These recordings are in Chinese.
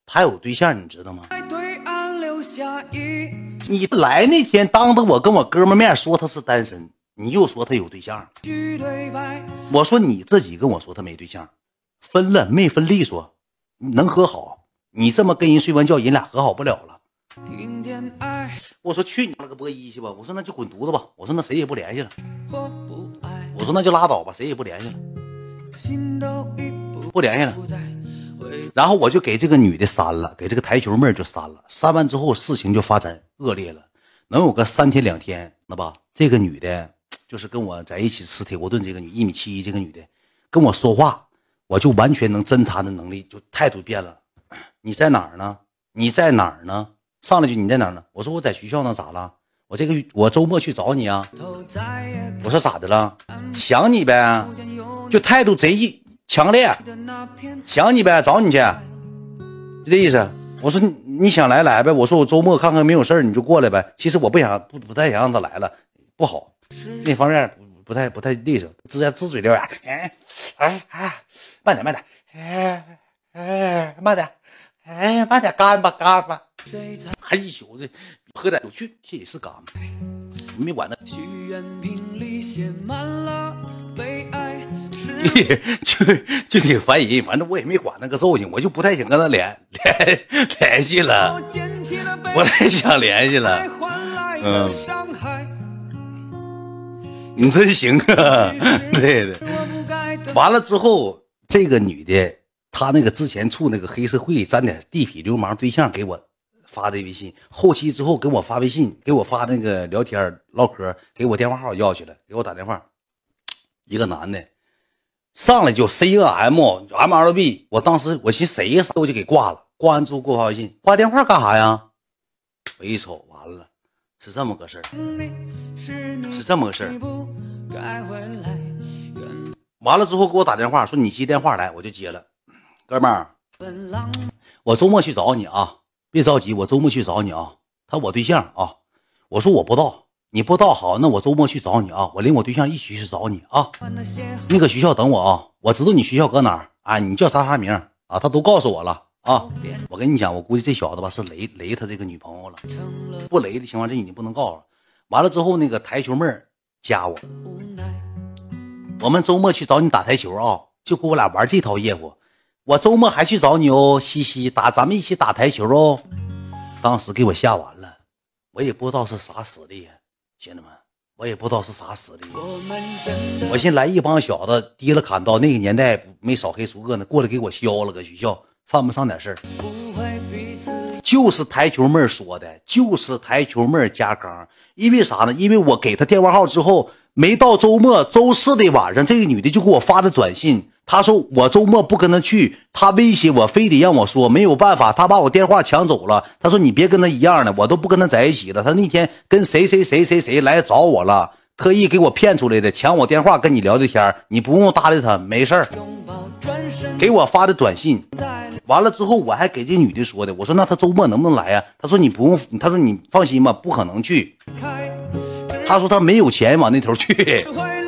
他有对象，你知道吗？你来那天当着我跟我哥们面说他是单身，你又说他有对象。我说你自己跟我说他没对象，分了没分利索，能和好？你这么跟人睡完觉，人俩和好不了了。我说去你了个波一去吧，我说那就滚犊子吧，我说那谁也不联系了，我说那就拉倒吧，谁也不联系了，不联系了。然后我就给这个女的删了，给这个台球妹就删了。删完之后事情就发展恶劣了，能有个3天2天那吧。这个女的就是跟我在一起吃铁锅炖，这个女1.71米，这个女的跟我说话，我就完全能侦查的能力就态度变了。你在哪儿呢？你在哪儿呢？上来就你在哪儿呢？我说我在学校呢，咋了？我周末去找你啊。我说咋的了？想你呗，就态度贼强烈，想你呗，找你去，就这意思。我说你想来呗，我说我周末看看没有事你就过来呗。其实我不太想让他来了，不好，那方面不太利索，呲嘴溜牙，慢点，慢点，慢点，干吧，还一宿这喝点有趣，这也是干吧，没管他。就挺烦人，反正我也没管那个揍性，我就不太想跟他联系了，不太想联系了。你真行啊，对的。完了之后，这个女的，她那个之前处那个黑社会沾点地痞流氓对象给我发的微信，后期之后给我发微信，给我发那个聊天唠嗑，给我电话号要去了，给我打电话，一个男的。上来就 CNM，MLB， 我当时我寻思谁呀，我就给挂了。挂完之后给我发微信，挂电话干啥呀？我一瞅，完了，是这么个事儿，是这么个事儿。完了之后给我打电话说你接电话来，我就接了。哥们儿，我周末去找你啊，别着急，我周末去找你啊。他我对象啊，我说我不到。你不到好，那我周末去找你啊，我领我对象一起去找你啊。那个学校等我啊，我知道你学校搁哪儿啊，你叫啥名啊，他都告诉我了啊。我跟你讲，我估计这小子吧是雷他这个女朋友了，不雷的情况这已经不能告了。完了之后那个台球妹加我们周末去找你打台球啊，就跟我俩玩这套业务。我周末还去找你哦，西西咱们一起打台球哦。当时给我吓完了，我也不知道是啥实力呀。兄弟们，我也不知道是啥实力。我先来一帮小子提了砍刀，那个年代没少黑除恶呢，过来给我削了个学校，犯不上点事儿。就是台球妹说的，就是台球妹加刚。因为啥呢？因为我给他电话号之后，没到周末，周四的晚上，这个女的就给我发的短信。他说我周末不跟他去，他威胁我，非得让我说，没有办法，他把我电话抢走了。他说你别跟他一样的，我都不跟他在一起了。他那天跟谁来找我了，特意给我骗出来的，抢我电话跟你聊的天，你不用搭理他，没事儿。给我发的短信，完了之后我还给这女的说的，我说那他周末能不能来呀？他说你不用，他说你放心吧，不可能去。他说他没有钱往那头去。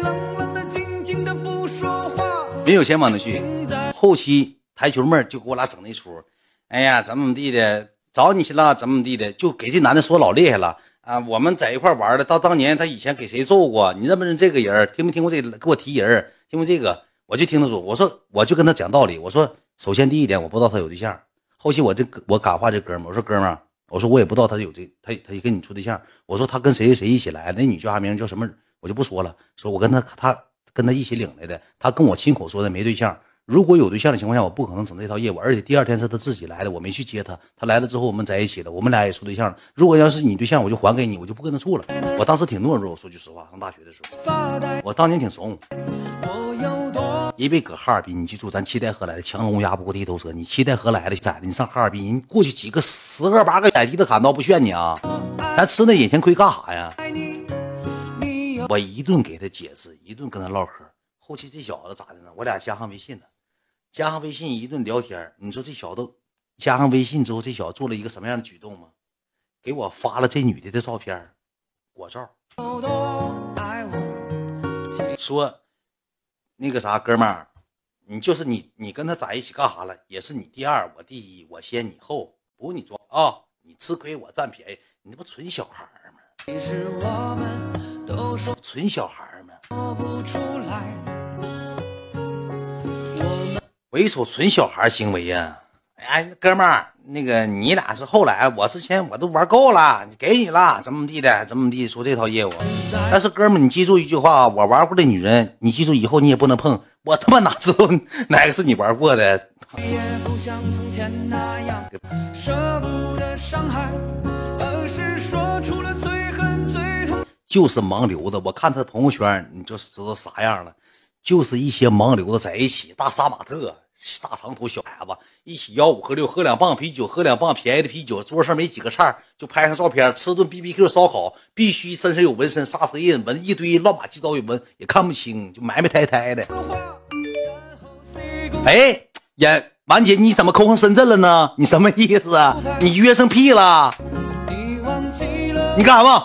没有钱往那去，后期台球妹就给我俩整那出，哎呀怎么地的，找你去了怎么地的，就给这男的说老厉害了啊！我们在一块玩的，到当年他以前给谁揍过？你认不认这个人？听没听过这个？给我提人，听过这个？我就听他说，我说我就跟他讲道理，我说首先第一点，我不知道他有对象。后期我感化这哥们，我说哥们，我说我也不知道他有他也跟你处对象。我说他跟谁一起来，那女叫啥名叫什么？我就不说了，说我跟他跟他一起领来的，他跟我亲口说的没对象。如果有对象的情况下，我不可能整这套业务。而且第二天是他自己来的，我没去接他，他来了之后我们在一起了，我们俩也处对象了。如果要是你对象，我就还给你，我就不跟他处了。我当时挺懦弱，说句实话，上大学的时候，我当年挺怂，因为搁哈尔滨，你记住，咱七台河来的，强龙压不过地头蛇。你七台河来的崽子，你上哈尔滨，人过去几个10个8个矮提的砍刀不炫你啊？咱吃那眼前亏干啥呀？我一顿给他解释，一顿跟他唠嗑。后期这小子咋的呢？我俩加上微信了，加上微信一顿聊天。你说这小子加上微信之后，这小子做了一个什么样的举动吗？给我发了这女的的照片，果照，说那个啥哥们儿， 你跟他在一起干啥了？也是你第二，我第一，我先你后，不用你装啊！你吃亏我占便宜，你这不纯小孩吗？纯小孩吗？我一瞅纯小孩行为呀！哎，哥们儿，那个你俩是后来，我之前我都玩够了，给你了，怎么地的，怎么地，说这套业务。但是哥们儿，你记住一句话，我玩过的女人，你记住以后你也不能碰。我他妈哪知道哪个是你玩过的？就是盲流子，我看他的朋友圈，你就知道啥样了。就是一些盲流子在一起，大杀马特，大长头小孩子，一起吆五喝六，喝2磅啤酒，喝2磅便宜的啤酒，桌上没几个菜，就拍上照片，吃顿 BBQ 烧烤，必须身上有纹身、刹车印，纹一堆乱码七糟有纹，也看不清，就埋埋汰汰的。哎呀，婉姐，你怎么扣上深圳了呢？你什么意思啊？你约上屁了？你干啥嘛？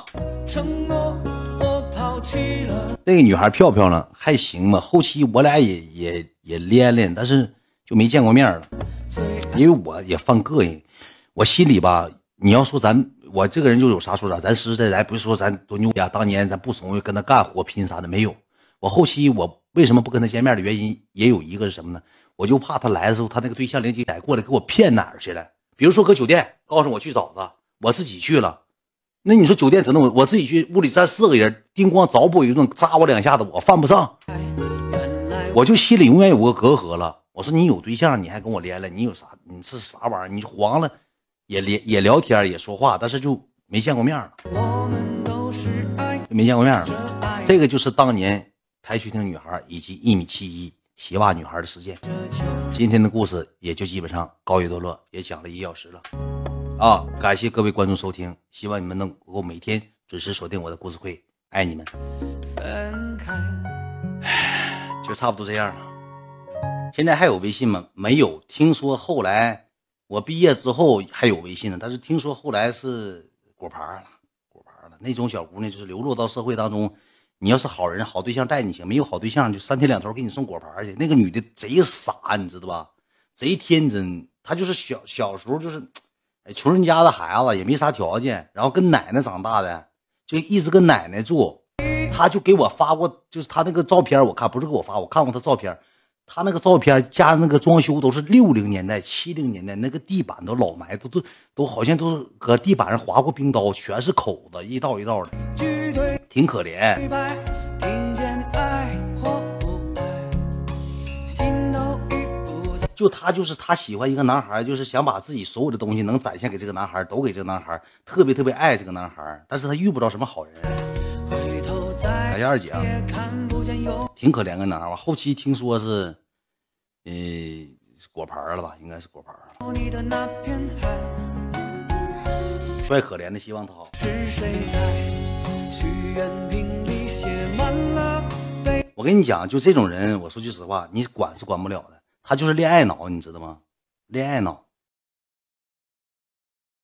那个女孩漂漂亮，还行吧。后期我俩也连连，但是就没见过面了。因为我也犯膈应，我心里吧，你要说我这个人就有啥说啥，咱实实在在，不是说咱多牛呀，当年咱不怂跟他干活拼啥的没有。我后期我为什么不跟他见面的原因也有一个是什么呢？我就怕他来的时候，他那个对象灵机改过来给我骗哪儿去了。比如说搁酒店告诉我去找他，我自己去了。那你说酒店只能我自己去，屋里站4个人，叮咣凿补一顿，扎我2下子，我犯不上，我就心里永远有个隔阂了。我说你有对象，你还跟我连了，你有啥？你是啥玩意儿？你就黄了，也聊天也说话，但是就没见过面了，没见过面了。这个就是当年台区厅女孩以及1.71米鞋袜女孩的事件。今天的故事也就基本上告一段落，也讲了1小时了。感谢各位观众收听，希望你们能够每天准时锁定我的故事会，爱你们。就差不多这样了。现在还有微信吗？没有，听说后来我毕业之后还有微信呢，但是听说后来是果盘了。那种小姑娘就是流落到社会当中，你要是好人好对象带你行，没有好对象就3天2头给你送果盘去。那个女的贼傻，你知道吧？贼天真，她就是小时候就是穷人家的孩子，也没啥条件，然后跟奶奶长大的，就一直跟奶奶住。他就给我发过，就是他那个照片，我看不是给我发，我看过他照片，他那个照片加那个装修都是60年代、70年代，那个地板都老埋，都好像都是搁地板上划过冰刀，全是口子，一道一道的，挺可怜。就是他喜欢一个男孩，就是想把自己所有的东西能展现给这个男孩，都给这个男孩，特别特别爱这个男孩，但是他遇不着什么好人。感谢二姐啊，挺可怜个男孩。后期听说是果盘了吧，应该是果盘了，怪可怜的，希望他好。我跟你讲，就这种人，我说句实话，你管是管不了的，他就是恋爱脑，你知道吗？恋爱脑。